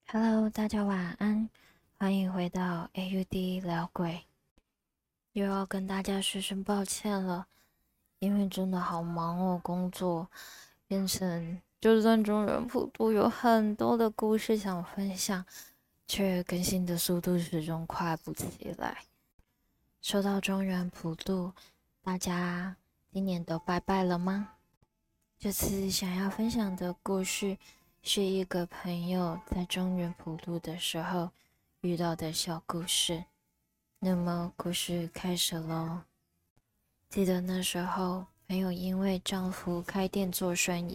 Hello，大家晚安，欢迎回到 AUD 聊鬼。又要跟大家说声抱歉了，因为真的好忙哦，工作变成就算中原普渡有很多的故事想分享，却更新的速度始终快不起来。说到中原普渡，大家今年都拜拜了吗？这次想要分享的故事是一个朋友在中原普渡的时候遇到的小故事。那么故事开始咯。记得那时候朋友因为丈夫开店做生意，